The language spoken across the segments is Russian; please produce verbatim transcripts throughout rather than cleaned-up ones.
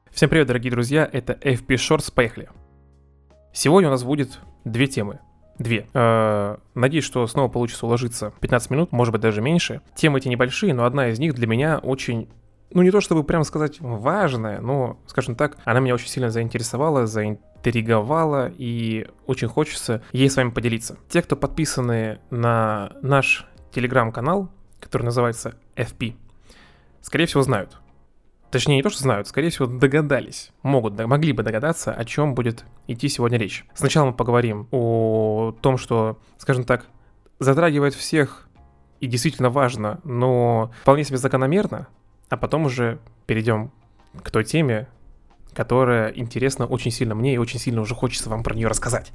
Всем привет, дорогие друзья, это эф пи Shorts, поехали. Сегодня у нас будет две темы. Две. Э-э, надеюсь, что снова получится уложиться в пятнадцать минут, может быть даже меньше. Темы эти небольшие, но одна из них для меня очень, ну не то чтобы прям сказать важная, но, скажем так, она меня очень сильно заинтересовала, заинтриговала, и очень хочется ей с вами поделиться. Те, кто подписаны на наш телеграм-канал, который называется эф пи, скорее всего знают. Точнее, не то, что знают, скорее всего, догадались, могут, могли бы догадаться, о чем будет идти сегодня речь. Сначала мы поговорим о том, что, скажем так, затрагивает всех и действительно важно, но вполне себе закономерно, а потом уже перейдем к той теме, которая интересна очень сильно мне и очень сильно уже хочется вам про нее рассказать.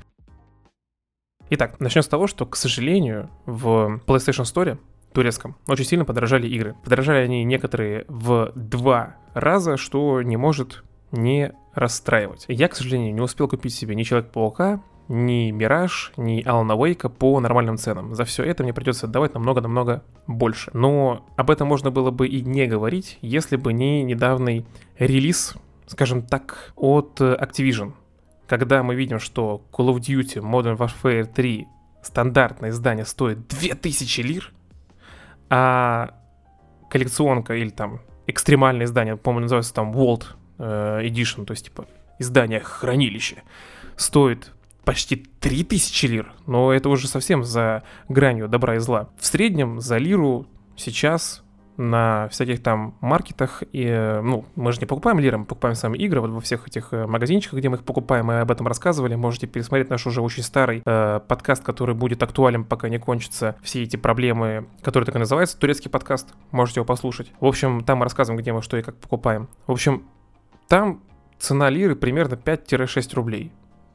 Итак, начнем с того, что, к сожалению, в PlayStation Store турецком очень сильно подорожали игры. Подорожали они некоторые в два раза, что не может не расстраивать. Я, к сожалению, не успел купить себе ни Человека-паука, ни Мираж, ни Алана Уэйка по нормальным ценам. За все это мне придется отдавать намного-намного больше. Но об этом можно было бы и не говорить, если бы не недавний релиз, скажем так, от Activision. Когда мы видим, что Call of Duty Modern Warfare три стандартное издание стоит две тысячи лир, а коллекционка или там экстремальное издание, по-моему, называется там World Edition, то есть типа издание хранилище, стоит почти три тысячи лир, но это уже совсем за гранью добра и зла. В среднем за лиру сейчас на всяких там маркетах, и, ну, мы же не покупаем лиры, мы покупаем сами игры, вот во всех этих магазинчиках, где мы их покупаем, мы об этом рассказывали, можете пересмотреть наш уже очень старый э, подкаст, который будет актуален, пока не кончатся все эти проблемы, которые так и называются, турецкий подкаст, можете его послушать. В общем, там мы рассказываем, где мы что и как покупаем. В общем, там цена лиры примерно пять-шесть рублей.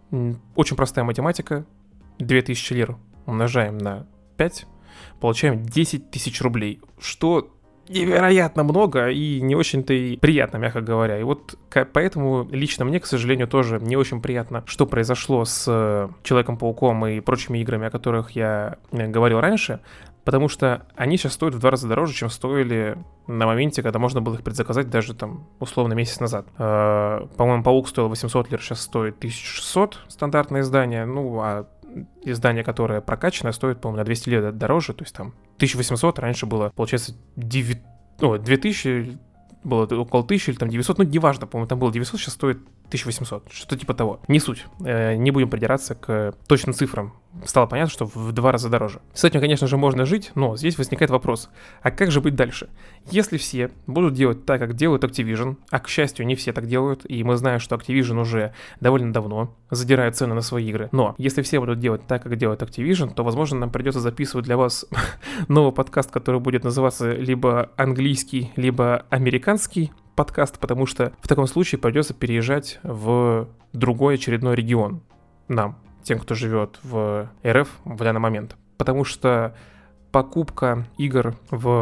Очень простая математика, две тысячи лир умножаем на пять, получаем десять тысяч рублей, что невероятно много и не очень-то и приятно, мягко говоря. И вот поэтому лично мне, к сожалению, тоже не очень приятно, что произошло с Человеком-пауком и прочими играми, о которых я говорил раньше, потому что они сейчас стоят в два раза дороже, чем стоили на моменте, когда можно было их предзаказать даже там условно месяц назад. По-моему, Паук стоил восемьсот лир, сейчас стоит тысяча шестьсот стандартное издание, ну а издание, которое прокачанное, стоит, по-моему, на двести лир дороже, то есть там тысяча восемьсот, раньше было, получается, девять... О, две тысячи, было около тысячи или там девятьсот, ну, неважно, по-моему, там было девятьсот, сейчас стоит тысяча восемьсот, что-то типа того. Не суть, э, не будем придираться к точным цифрам. Стало понятно, что в два раза дороже. С этим, конечно же, можно жить, но здесь возникает вопрос, а как же быть дальше? Если все будут делать так, как делают Activision, а, к счастью, не все так делают, и мы знаем, что Activision уже довольно давно задирает цены на свои игры, но если все будут делать так, как делает Activision, то, возможно, нам придется записывать для вас новый подкаст, который будет называться либо английский, либо американский подкаст, потому что в таком случае придется переезжать в другой очередной регион нам, тем, кто живет в эр эф в данный момент. Потому что покупка игр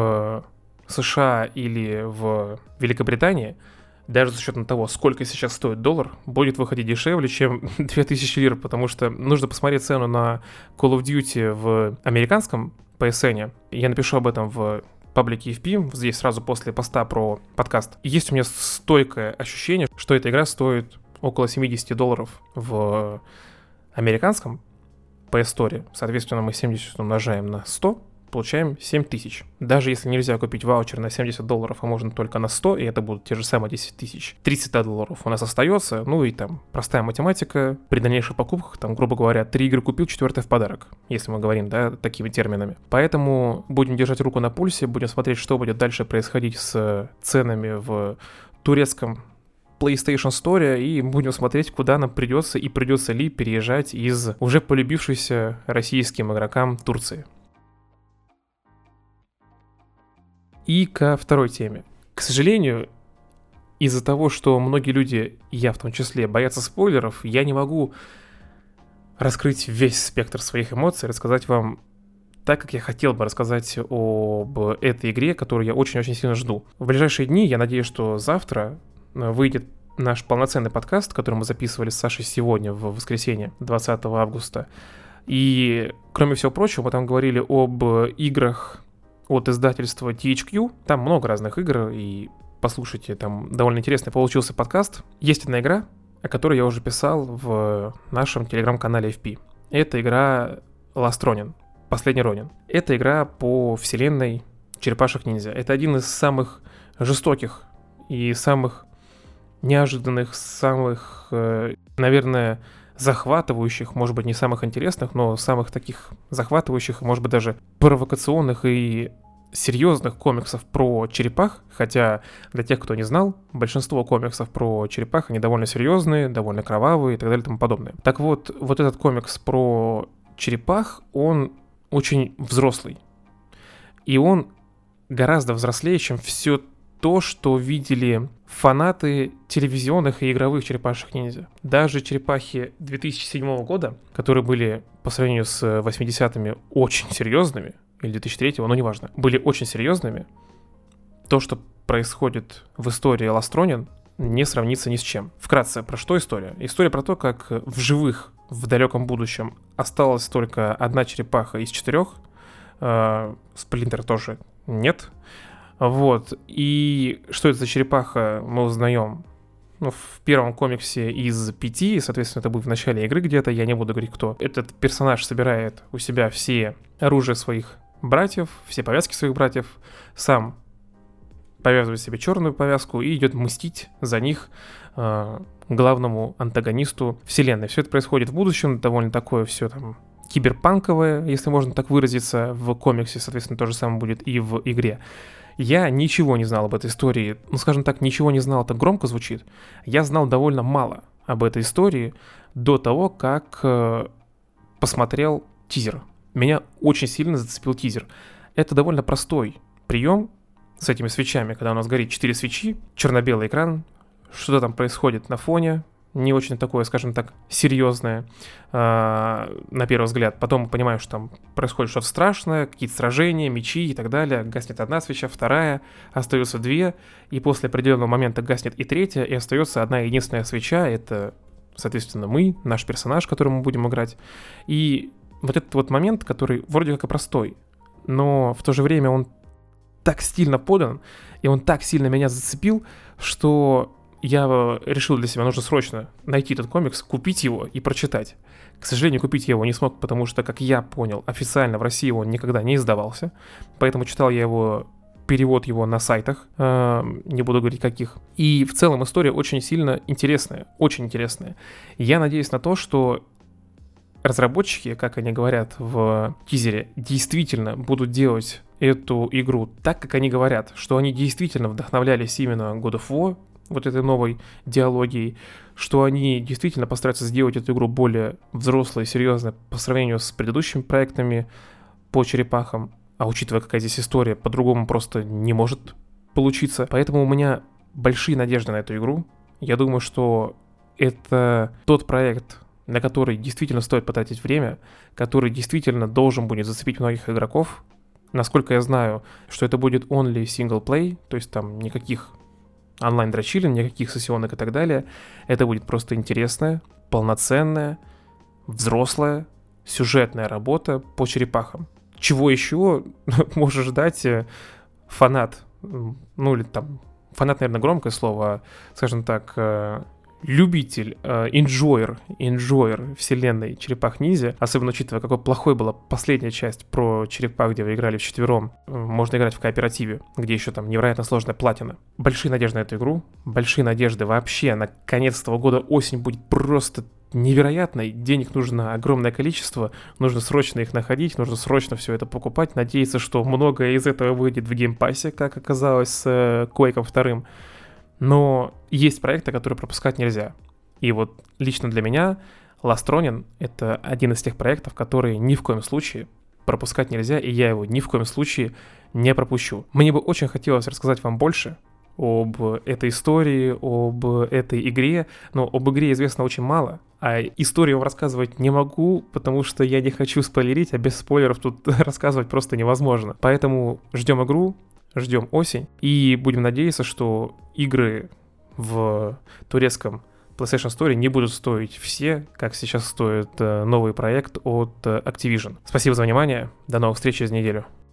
в США или в Великобритании, даже с учетом того, сколько сейчас стоит доллар, будет выходить дешевле, чем две тысячи лир, потому что нужно посмотреть цену на Call of Duty в американском пи эс эн. Я напишу об этом в паблике эф пи, здесь сразу после поста про подкаст. И есть у меня стойкое ощущение, что эта игра стоит около семьдесят долларов в американском Play Store. Соответственно, мы семьдесят умножаем на сто, получаем семь тысяч. Даже если нельзя купить ваучер на семьдесят долларов, а можно только на сто, и это будут те же самые десять тысяч, тридцать долларов у нас остается. Ну и там простая математика. При дальнейших покупках, там, грубо говоря, три игры купил, четвертая в подарок, если мы говорим, да, такими терминами. Поэтому будем держать руку на пульсе, будем смотреть, что будет дальше происходить с ценами в турецком PlayStation Store, и будем смотреть, куда нам придется и придется ли переезжать из уже полюбившейся российским игрокам Турции. И ко второй теме. К сожалению, из-за того, что многие люди, я в том числе, боятся спойлеров, я не могу раскрыть весь спектр своих эмоций, рассказать вам так, как я хотел бы рассказать об этой игре, которую я очень-очень сильно жду. В ближайшие дни, я надеюсь, что завтра выйдет наш полноценный подкаст, который мы записывали с Сашей сегодня, в воскресенье, двадцатого августа. И, кроме всего прочего, мы там говорили об играх от издательства ти эйч кью. Там много разных игр, и послушайте, там довольно интересный получился подкаст. Есть одна игра, о которой я уже писал в нашем телеграм-канале эф пи. Это игра Last Ronin, Последний Ронин. Это игра по вселенной черепашек-ниндзя. Это один из самых жестоких и самых неожиданных, самых, наверное, захватывающих, может быть, не самых интересных, но самых таких захватывающих, может быть, даже провокационных и серьезных комиксов про черепах, хотя для тех, кто не знал, большинство комиксов про черепах, они довольно серьезные, довольно кровавые и так далее и тому подобное. Так вот, вот этот комикс про черепах, он очень взрослый. И он гораздо взрослее, чем все то, что видели фанаты телевизионных и игровых черепашек-ниндзя. Даже черепахи две тысячи седьмого года, которые были по сравнению с восьмидесятыми очень серьезными, или две тысячи третьего, но неважно, были очень серьезными, то, что происходит в истории Last Ronin, не сравнится ни с чем. Вкратце, про что история? История про то, как в живых, в далеком будущем осталась только одна черепаха из четырех, Сплинтер тоже нет. Вот, и что это за черепаха, мы узнаем, ну, в первом комиксе из пяти, соответственно, это будет в начале игры где-то, я не буду говорить кто. Этот персонаж собирает у себя все оружие своих братьев, все повязки своих братьев, сам повязывает себе черную повязку и идет мстить за них э, главному антагонисту вселенной. Все это происходит в будущем, довольно такое все там киберпанковое, если можно так выразиться, в комиксе, соответственно, то же самое будет и в игре. Я ничего не знал об этой истории, ну, скажем так, ничего не знал, это громко звучит. Я знал довольно мало об этой истории до того, как э, посмотрел тизер. Меня очень сильно зацепил тизер. Это довольно простой прием с этими свечами, когда у нас горит четыре свечи, черно-белый экран, что-то там происходит на фоне, не очень такое, скажем так, серьезное э, на первый взгляд. Потом мы понимаем, что там происходит что-то страшное, какие-то сражения, мечи и так далее. Гаснет одна свеча, вторая, остаются две, и после определенного момента гаснет и третья, и остается одна единственная свеча. Это, соответственно, мы, наш персонаж, которым мы будем играть. И вот этот вот момент, который вроде как и простой, но в то же время он так стильно подан, и он так сильно меня зацепил, что я решил для себя, нужно срочно найти этот комикс, купить его и прочитать. К сожалению, купить я его не смог, потому что, как я понял, официально в России он никогда не издавался, поэтому читал я его, перевод его на сайтах, э, не буду говорить каких. И в целом история очень сильно интересная, очень интересная. Я надеюсь на то, что разработчики, как они говорят в тизере, действительно будут делать эту игру так, как они говорят, что они действительно вдохновлялись именно God of War, вот этой новой диалогией, что они действительно постараются сделать эту игру более взрослой и серьезной по сравнению с предыдущими проектами по черепахам, а учитывая, какая здесь история, по-другому просто не может получиться. Поэтому у меня большие надежды на эту игру. Я думаю, что это тот проект, на который действительно стоит потратить время, который действительно должен будет зацепить многих игроков. Насколько я знаю, что это будет only single play, то есть там никаких онлайн-дрочилин, никаких сессионок и так далее. Это будет просто интересная, полноценная, взрослая, сюжетная работа по черепахам. Чего еще может ждать фанат? Ну или там, фанат, наверное, громкое слово, а, скажем так, любитель, энджойер, энджойер вселенной черепах-ниндзя, особенно учитывая, какой плохой была последняя часть про черепах, где вы играли вчетвером. Можно играть в кооперативе, где еще там невероятно сложная платина. Большие надежды на эту игру, большие надежды вообще на конец этого года. Осень будет просто невероятной, денег нужно огромное количество, нужно срочно их находить, нужно срочно все это покупать, надеяться, что многое из этого выйдет в геймпассе, как оказалось с Quake'ом вторым. Но есть проекты, которые пропускать нельзя. И вот лично для меня Last Ronin — это один из тех проектов, которые ни в коем случае пропускать нельзя, и я его ни в коем случае не пропущу. Мне бы очень хотелось рассказать вам больше об этой истории, об этой игре, но об игре известно очень мало, а историю вам рассказывать не могу, потому что я не хочу спойлерить, а без спойлеров тут рассказывать просто невозможно. Поэтому ждем игру, ждем осень, и будем надеяться, что игры в турецком PlayStation Store не будут стоить все, как сейчас стоит новый проект от Activision. Спасибо за внимание, до новых встреч через неделю.